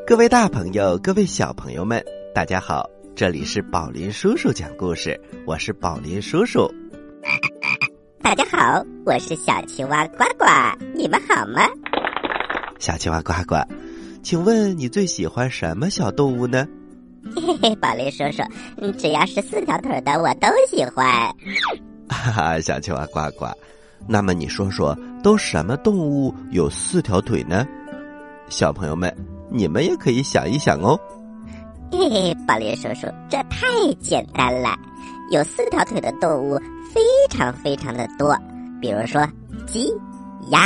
各位大朋友，各位小朋友们，大家好，这里是宝林叔叔讲故事，我是宝林叔叔。 大家好，我是小青蛙呱呱，你们好吗？ 小青蛙呱呱，请问你最喜欢什么小动物呢？ 嘿嘿，宝林叔叔，只要是四条腿的我都喜欢。 哈哈，小青蛙呱呱，那么你说说，都什么动物有四条腿呢？小朋友们，你们也可以想一想哦。 嘿嘿，宝林叔叔，这太简单了。有四条腿的动物非常非常的多，比如说鸡、鸭、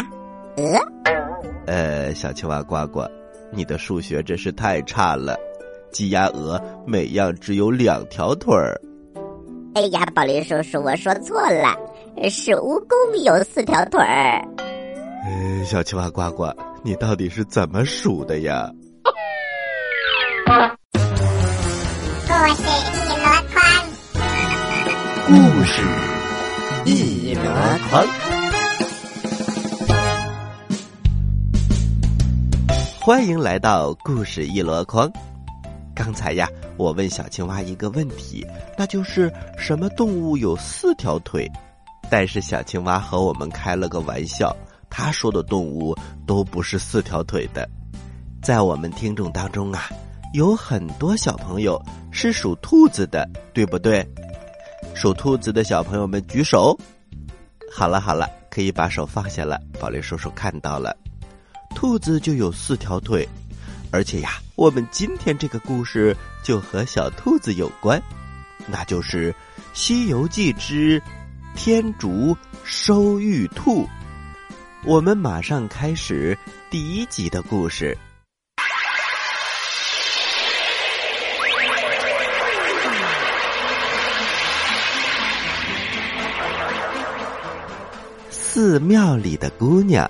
鹅。 小青蛙呱呱，你的数学真是太差了。鸡、鸭、鹅每样只有2条腿儿。 哎呀，宝林叔叔，我说错了，是蜈蚣有4条腿儿。 小青蛙呱呱，你到底是怎么数的呀？ 故事一箩筐， 欢迎来到故事一箩筐。刚才呀，我问小青蛙一个问题，那就是什么动物有4条腿？但是小青蛙和我们开了个玩笑，他说的动物都不是4条腿的。在我们听众当中啊，有很多小朋友是属兔子的，对不对？属兔子的小朋友们举手。好了，可以把手放下了，宝林叔叔看到了。兔子就有4条腿，而且呀，我们今天这个故事就和小兔子有关，那就是《西游记之天竺收玉兔》。我们马上开始第1集的故事。寺庙里的姑娘。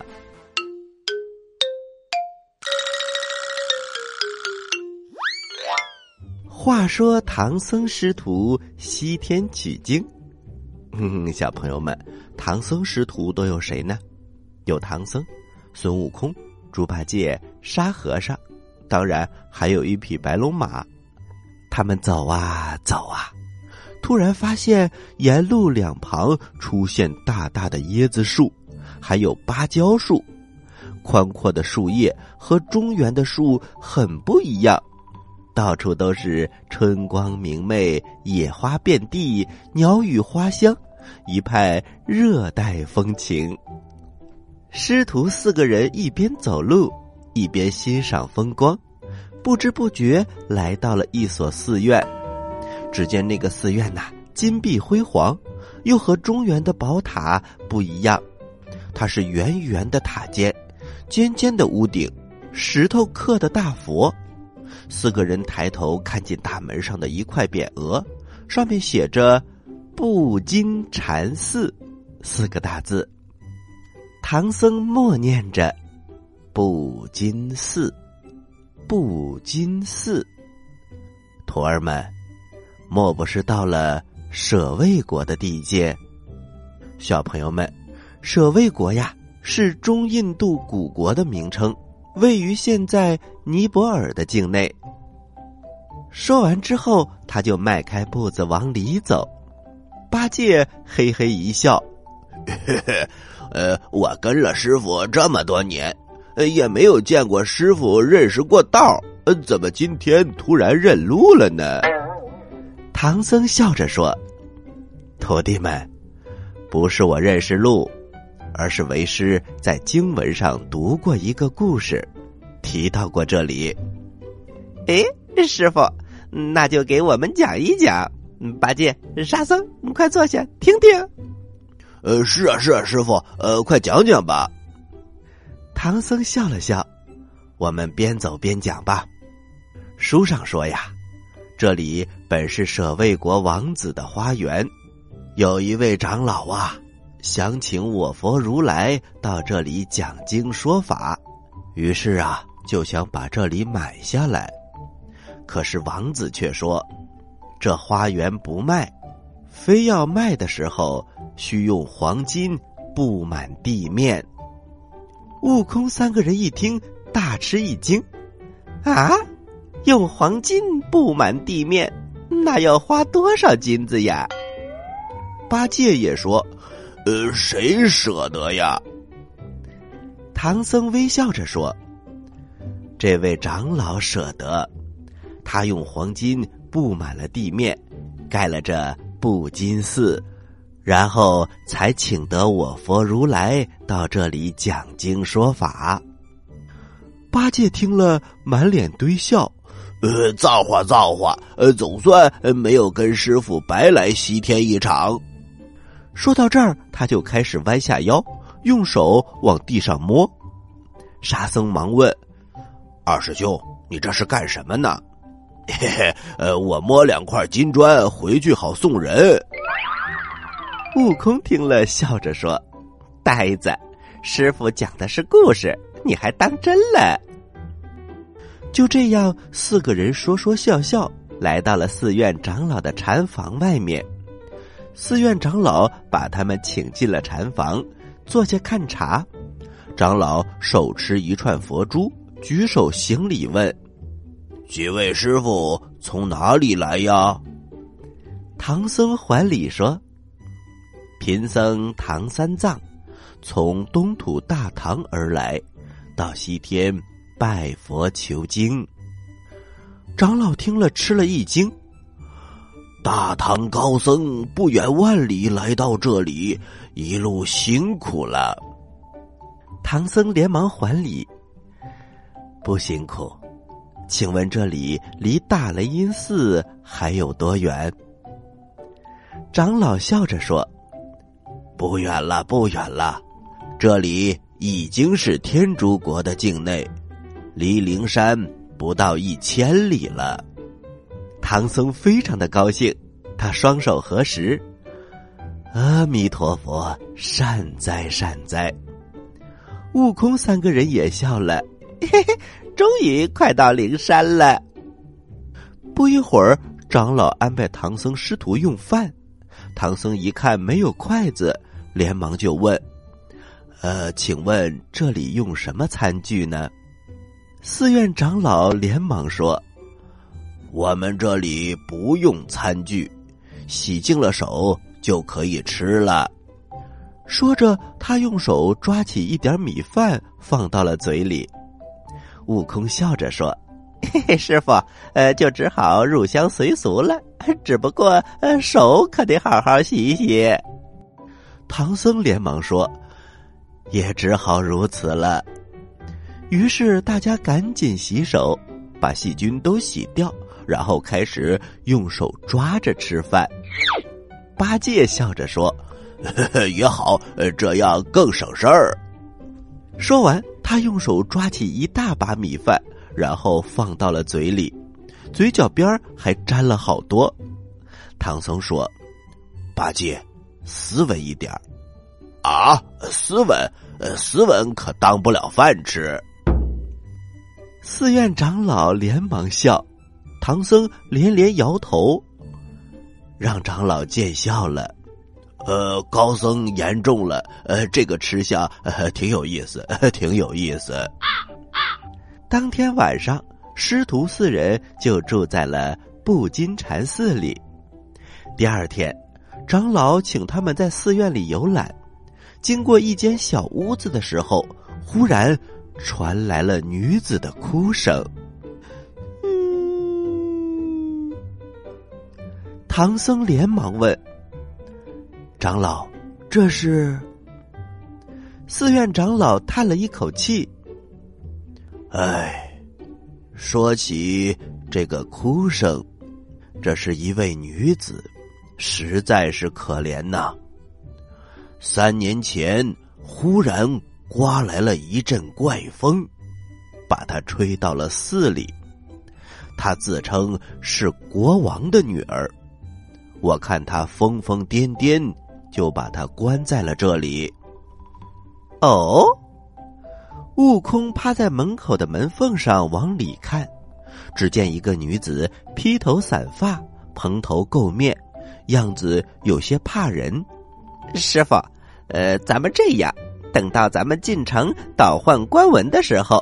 话说唐僧师徒西天取经。小朋友们，唐僧师徒都有谁呢？有唐僧、孙悟空、猪八戒、沙和尚，当然还有一匹白龙马。他们走啊走啊，突然发现沿路两旁出现大大的椰子树，还有芭蕉树。宽阔的树叶和中原的树很不一样，到处都是春光明媚，野花遍地，鸟语花香，一派热带风情。师徒4个人一边走路一边欣赏风光，不知不觉来到了一所寺院。只见那个寺院金碧辉煌，又和中原的宝塔不一样。它是圆圆的塔尖，尖尖的屋顶，石头刻的大佛。4个人抬头看见大门上的一块匾额，上面写着布金禅寺4个大字。唐僧默念着布金寺，布金寺。徒儿们，莫不是到了舍卫国的地界？小朋友们，舍卫国呀，是中印度古国的名称，位于现在尼泊尔的境内。说完之后，他就迈开步子往里走。八戒嘿嘿一笑， 我跟了师傅这么多年，也没有见过师傅认识过道，怎么今天突然认路了呢？ 唐僧笑着说，徒弟们，不是我认识路，而是为师在经文上读过一个故事，提到过这里。师傅，那就给我们讲一讲。八戒、沙僧，快坐下听听。 是啊，师傅，快讲讲吧。 唐僧笑了笑，我们边走边讲吧。书上说呀，这里本是舍卫国王子的花园，有一位长老啊，想请我佛如来到这里讲经说法，于是啊，就想把这里买下来。可是王子却说，这花园不卖，非要卖的时候，需用黄金布满地面。悟空3个人一听，大吃一惊。 啊，用黄金布满地面，那要花多少金子呀？ 八戒也说：“谁舍得呀？” 唐僧微笑着说：“这位长老舍得，他用黄金布满了地面，盖了这布金寺，然后才请得我佛如来到这里讲经说法。”八戒听了，满脸堆笑：“ 造化造化，总算没有跟师傅白来西天一场。” 说到这儿，他就开始弯下腰，用手往地上摸。沙僧忙问：“ 二师兄，你这是干什么呢？”“嘿嘿，我摸2块金砖回去好送人。” 悟空听了，笑着说：“呆子，师傅讲的是故事，你还当真了？”就这样，4个人说说笑笑，来到了寺院长老的禅房外面。寺院长老把他们请进了禅房，坐下看茶。长老手持一串佛珠，举手行礼问：“ 几位师傅从哪里来呀？” 唐僧还礼说：“贫僧唐三藏，从东土大唐而来，到西天拜佛求经。”长老听了吃了一惊：“ 大唐高僧不远万里来到这里，一路辛苦了。” 唐僧连忙还礼：“不辛苦，请问这里离大雷音寺还有多远？”长老笑着说：“ 不远了，不远了，这里已经是天竺国的境内，离灵山不到1000里了。” 唐僧非常的高兴，他双手合十：“阿弥陀佛，善哉善哉。”悟空3个人也笑了：“嘿嘿，终于快到灵山了。”不一会儿，长老安排唐僧师徒用饭。唐僧一看没有筷子，连忙就问：“请问这里用什么餐具呢？”寺院长老连忙说：“ 我们这里不用餐具，洗净了手就可以吃了。” 说着，他用手抓起一点米饭放到了嘴里。悟空笑着说：“嘿嘿，师傅，就只好入乡随俗了，只不过手可得好好洗洗。”唐僧连忙说：“也只好如此了。”于是大家赶紧洗手，把细菌都洗掉，然后开始用手抓着吃饭。八戒笑着说：“ 也好，这样更省事儿。” 说完，他用手抓起一大把米饭，然后放到了嘴里，嘴角边还沾了好多。唐僧说：“ 八戒，斯文一点。”“啊，斯文可当不了饭吃。” 寺院长老连忙笑，唐僧连连摇头，让长老见笑了。 高僧言重了，这个吃相挺有意思，挺有意思。 当天晚上，师徒4人就住在了布金禅寺里。第二天，长老请他们在寺院里游览，经过一间小屋子的时候，忽然传来了女子的哭声。唐僧连忙问：“长老，这是？”寺院长老叹了一口气：“ 哎，说起这个哭声，这是一位女子，实在是可怜呐。3年前，忽然刮来了一阵怪风，把她吹到了寺里。她自称是国王的女儿，我看她疯疯癫癫，就把她关在了这里。” 哦，悟空趴在门口的门缝上往里看，只见一个女子披头散发，蓬头垢面，样子有些怕人。“师傅，咱们这样，等到咱们进城倒换官文的时候，替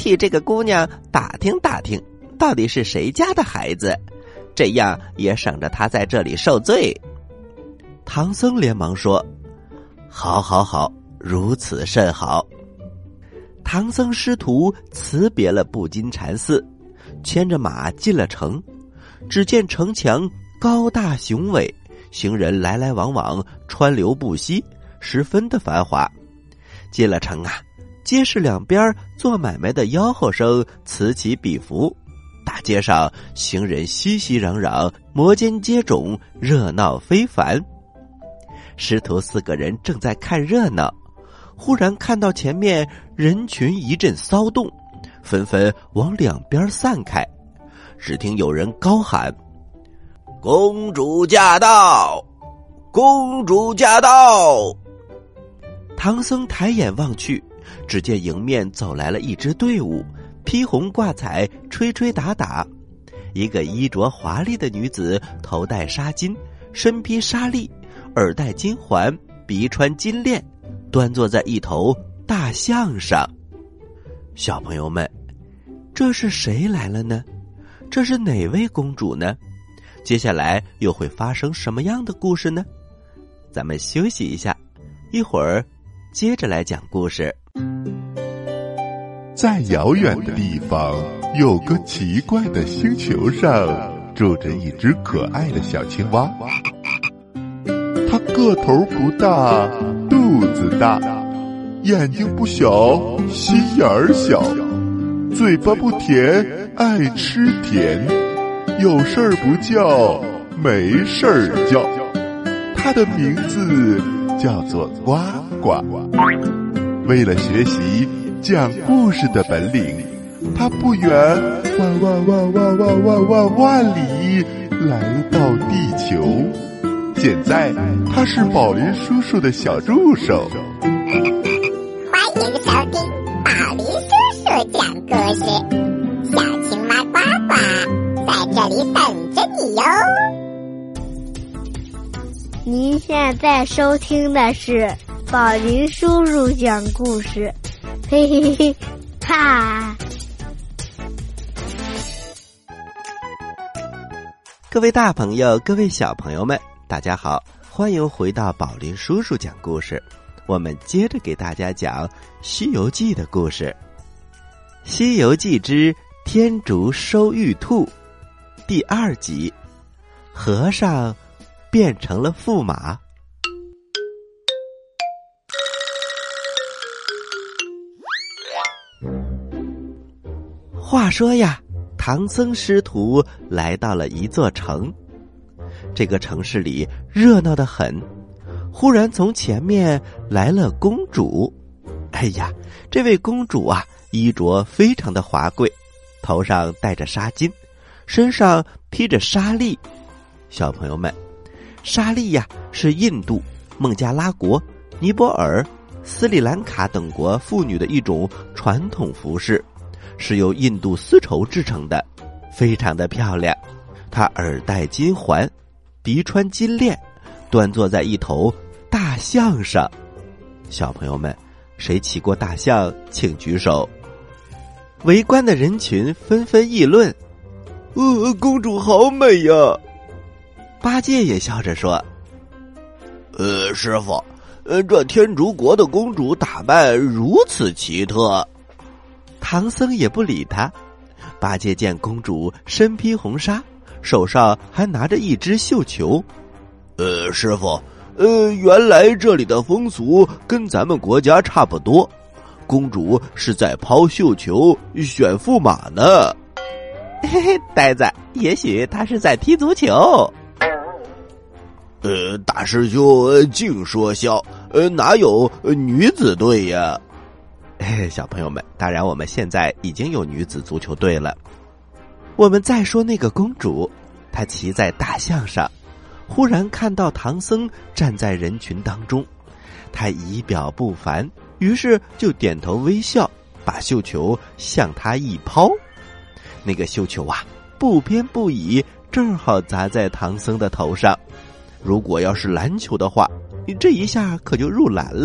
替这个姑娘打听打听，到底是谁家的孩子，这样也省着她在这里受罪。”唐僧连忙说：“好好好，如此甚好。”唐僧师徒辞别了布金禅寺，牵着马进了城。只见城墙高大雄伟，行人来来往往，川流不息，十分的繁华。进了城啊，街市两边做买卖的吆喝声此起彼伏，大街上行人熙熙攘攘，摩肩接踵，热闹非凡。师徒4个人正在看热闹，忽然看到前面人群一阵骚动，纷纷往两边散开。只听有人高喊：“公主驾到！公主驾到！”唐僧抬眼望去，只见迎面走来了一支队伍，披红挂彩，吹吹打打。一个衣着华丽的女子，头戴纱巾，身披纱丽，耳戴金环，鼻穿金链，端坐在一头大象上。小朋友们，这是谁来了呢？这是哪位公主呢？接下来又会发生什么样的故事呢？咱们休息一下，一会儿接着来讲故事。 在遥远的地方，有个奇怪的星球上，住着一只可爱的小青蛙。它个头不大，肚子大，眼睛不小，心眼儿小，嘴巴不甜，爱吃甜，有事儿不叫，没事儿叫。它的名字叫做呱呱。为了学习讲故事的本领，它不远万里来到地球。现在他是宝林叔叔的小助手。 欢迎收听宝林叔叔讲故事，小青蛙呱呱在这里等着你哟。 您现在收听的是宝林叔叔讲故事，嘿嘿嘿哈！ 各位大朋友，各位小朋友们，大家好，欢迎回到宝林叔叔讲故事。我们接着给大家讲《西游记》的故事，《西游记之天竺收玉兔》第2集，和尚变成了驸马。话说呀，唐僧师徒来到了一座城，这个城市里热闹得很。忽然从前面来了公主，哎呀，这位公主啊，衣着非常的华贵，头上戴着纱巾，身上披着纱丽。小朋友们，纱丽呀，是印度、孟加拉国、尼泊尔、斯里兰卡等国妇女的一种传统服饰，是由印度丝绸制成的，非常的漂亮。她耳戴金环，鼻穿金链，端坐在一头大象上。小朋友们，谁骑过大象请举手。围观的人群纷纷议论：公主好美呀！八戒也笑着说：师傅，这天竺国的公主打扮如此奇特。唐僧也不理他。八戒见公主身披红纱，手上还拿着一只绣球。师傅，原来这里的风俗跟咱们国家差不多，公主是在抛绣球选驸马呢。嘿嘿，呆子，也许她是在踢足球。大师兄净说笑，哪有女子队呀？小朋友们，当然我们现在已经有女子足球队了。我们再说那个公主，她骑在大象上，忽然看到唐僧站在人群当中，她仪表不凡，于是就点头微笑，把绣球向他一抛。那个绣球啊，不偏不倚，正好砸在唐僧的头上。如果要是篮球的话，这一下可就入篮了。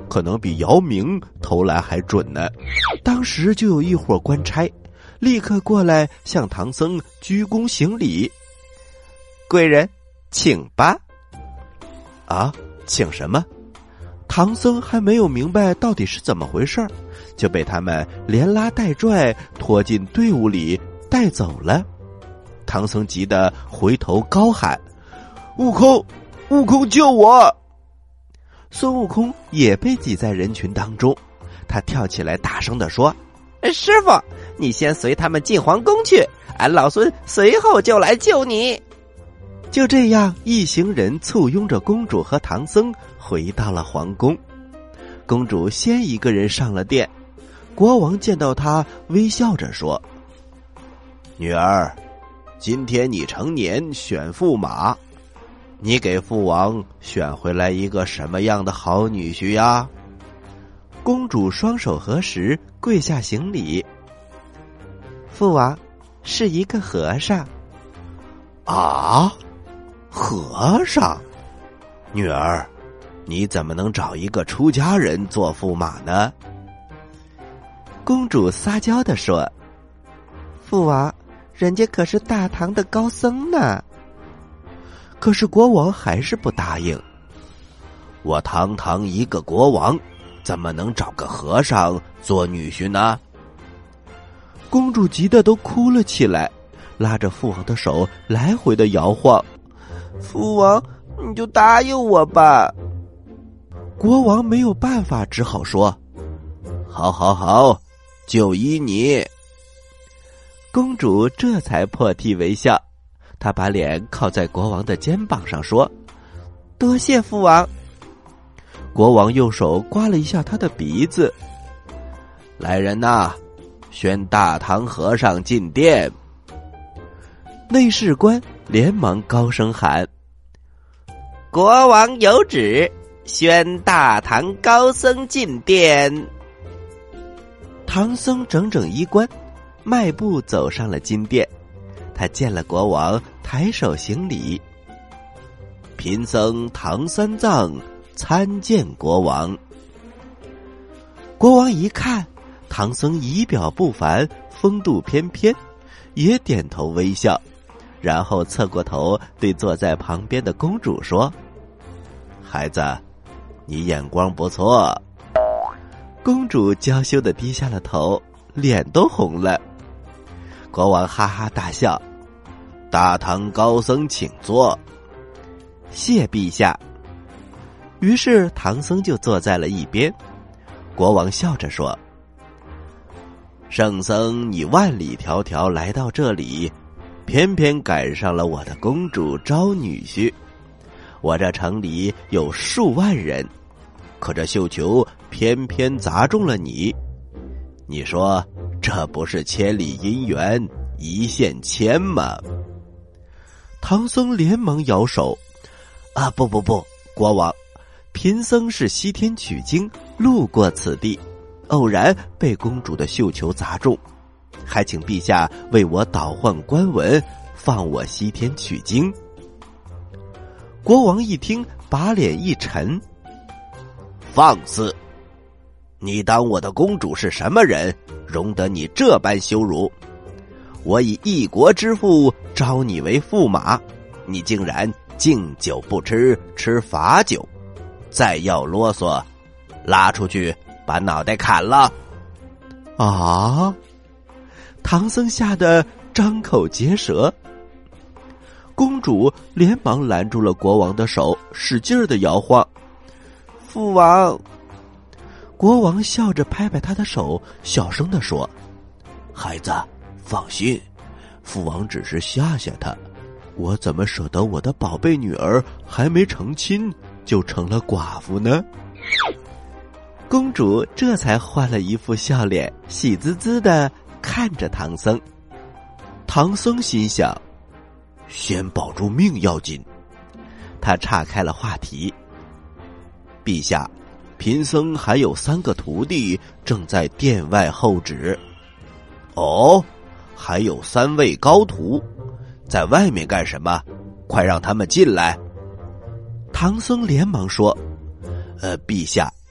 可能比姚明投篮还准呢。当时就有一伙官差立刻过来向唐僧鞠躬行礼。贵人，请吧。啊，请什么？唐僧还没有明白到底是怎么回事，就被他们连拉带拽拖进队伍里带走了。唐僧急得回头高喊：悟空，悟空救我！孙悟空也被挤在人群当中，他跳起来大声地说：师傅，你先随他们进皇宫去，俺老孙随后就来救你。就这样，一行人簇拥着公主和唐僧回到了皇宫。公主先一个人上了殿，国王见到她微笑着说：女儿，今天你成年选驸马，你给父王选回来一个什么样的好女婿呀？公主双手合十，跪下行礼。父王，是一个和尚。啊，和尚？女儿，你怎么能找一个出家人做驸马呢？公主撒娇地说：父王，人家可是大唐的高僧呢。可是国王还是不答应。我堂堂一个国王，怎么能找个和尚做女婿呢？公主急得都哭了起来，拉着父王的手来回的摇晃。父王，你就答应我吧。国王没有办法，只好说：好好好，就依你。公主这才破涕为笑，她把脸靠在国王的肩膀上说：多谢父王。国王用手刮了一下他的鼻子。来人呐，宣大唐和尚进殿。内侍官连忙高声喊：国王有旨，宣大唐高僧进殿。唐僧整整衣冠，迈步走上了金殿。他见了国王，抬手行礼：贫僧唐三藏参见国王。国王一看唐僧仪表不凡，风度翩翩，也点头微笑，然后侧过头对坐在旁边的公主说：孩子，你眼光不错。公主娇羞地低下了头，脸都红了。国王哈哈大笑：大唐高僧请坐。谢陛下。于是唐僧就坐在了一边。国王笑着说：圣僧，你万里迢迢来到这里，偏偏赶上了我的公主招女婿。我这城里有数万人，可这绣球偏偏砸中了你，你说这不是千里姻缘一线牵吗？唐僧连忙摇手：啊，不，国王，贫僧是西天取经，路过此地，偶然被公主的绣球砸中，还请陛下为我倒换官文，放我西天取经。国王一听，把脸一沉：放肆！你当我的公主是什么人，容得你这般羞辱？我以一国之父招你为驸马，你竟然敬酒不吃，吃罚酒，再要啰嗦，拉出去把脑袋砍了。啊！唐僧吓得张口结舌。公主连忙拦住了国王的手，使劲的摇晃。父王。国王笑着拍拍他的手，小声地说：孩子，放心，父王只是吓吓他，我怎么舍得我的宝贝女儿还没成亲就成了寡妇呢？公主这才换了一副笑脸，喜滋滋的看着唐僧。唐僧心想，先保住命要紧。他岔开了话题：陛下，贫僧还有3个徒弟正在殿外候旨。哦，还有3位高徒在外面干什么？快让他们进来。唐僧连忙说：陛下，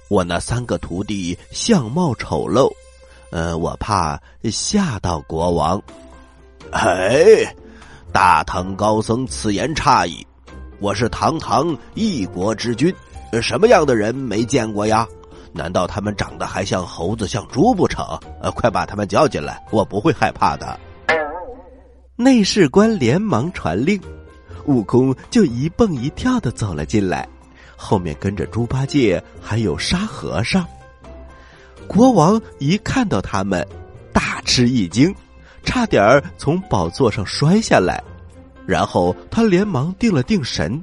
我那3个徒弟相貌丑陋，我怕吓到国王。大唐高僧此言差矣，我是堂堂一国之君，什么样的人没见过呀？难道他们长得还像猴子像猪不成？快把他们叫进来，我不会害怕的。 内侍官连忙传令，悟空就一蹦一跳地走了进来，后面跟着猪八戒还有沙和尚。国王一看到他们，大吃一惊，差点从宝座上摔下来，然后他连忙定了定神，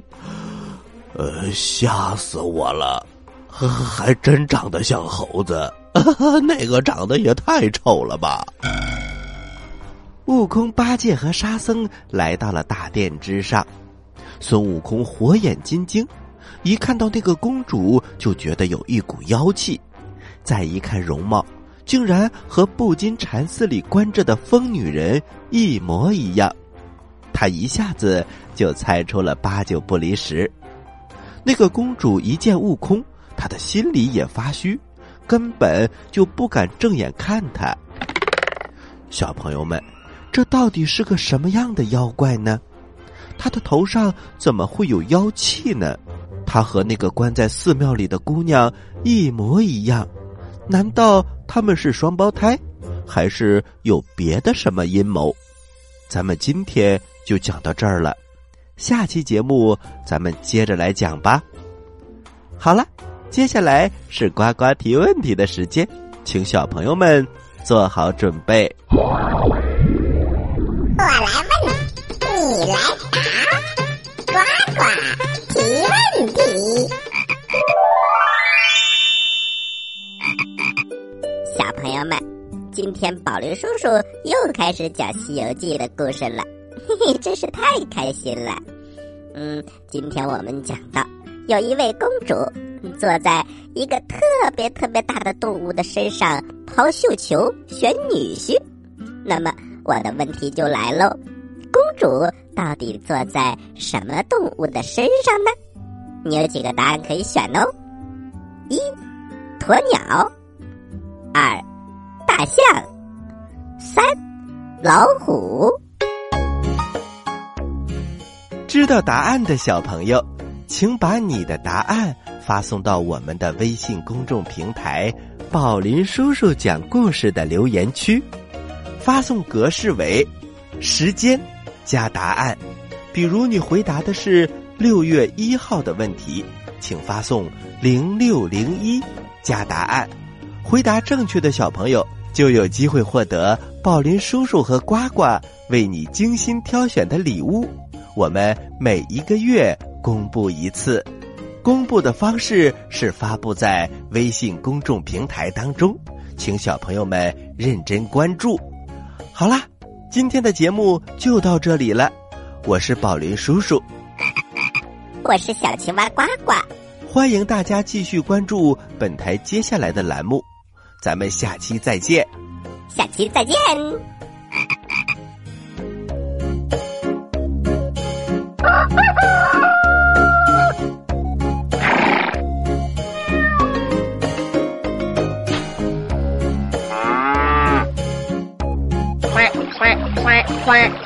吓死我了，还真长得像猴子，那个长得也太丑了吧。 悟空、八戒和沙僧来到了大殿之上，孙悟空火眼金睛，一看到那个公主就觉得有一股妖气，再一看容貌，竟然和布金禅寺里关着的疯女人一模一样，他一下子就猜出了8、9不离10。那个公主一见悟空，她的心里也发虚，根本就不敢正眼看他。小朋友们，这到底是个什么样的妖怪呢？他的头上怎么会有妖气呢？他和那个关在寺庙里的姑娘一模一样，难道他们是双胞胎，还是有别的什么阴谋？咱们今天就讲到这儿了，下期节目咱们接着来讲吧。好了，接下来是呱呱提问题的时间，请小朋友们做好准备。 我来问，你来答，呱呱提问题。小朋友们，今天宝林叔叔又开始讲《西游记》的故事了，嘿嘿，真是太开心了。今天我们讲到，有一位公主坐在一个特别大的动物的身上抛绣球选女婿。那么我的问题就来喽，公主到底坐在什么动物的身上呢？你有几个答案可以选哦？1. 鸵鸟， 2. 大象， 3. 老虎。 知道答案的小朋友，请把你的答案发送到我们的微信公众平台宝林叔叔讲故事的留言区，发送格式为时间加答案。比如你回答的是6月1号的问题，请发送0601加答案。回答正确的小朋友就有机会获得宝林叔叔和呱呱为你精心挑选的礼物。我们每1个月公布一次，公布的方式是发布在微信公众平台当中，请小朋友们认真关注。好啦，今天的节目就到这里了，我是宝林叔叔， 我是小青蛙呱呱， 欢迎大家继续关注本台接下来的栏目，咱们下期再见。 下期再见。 快！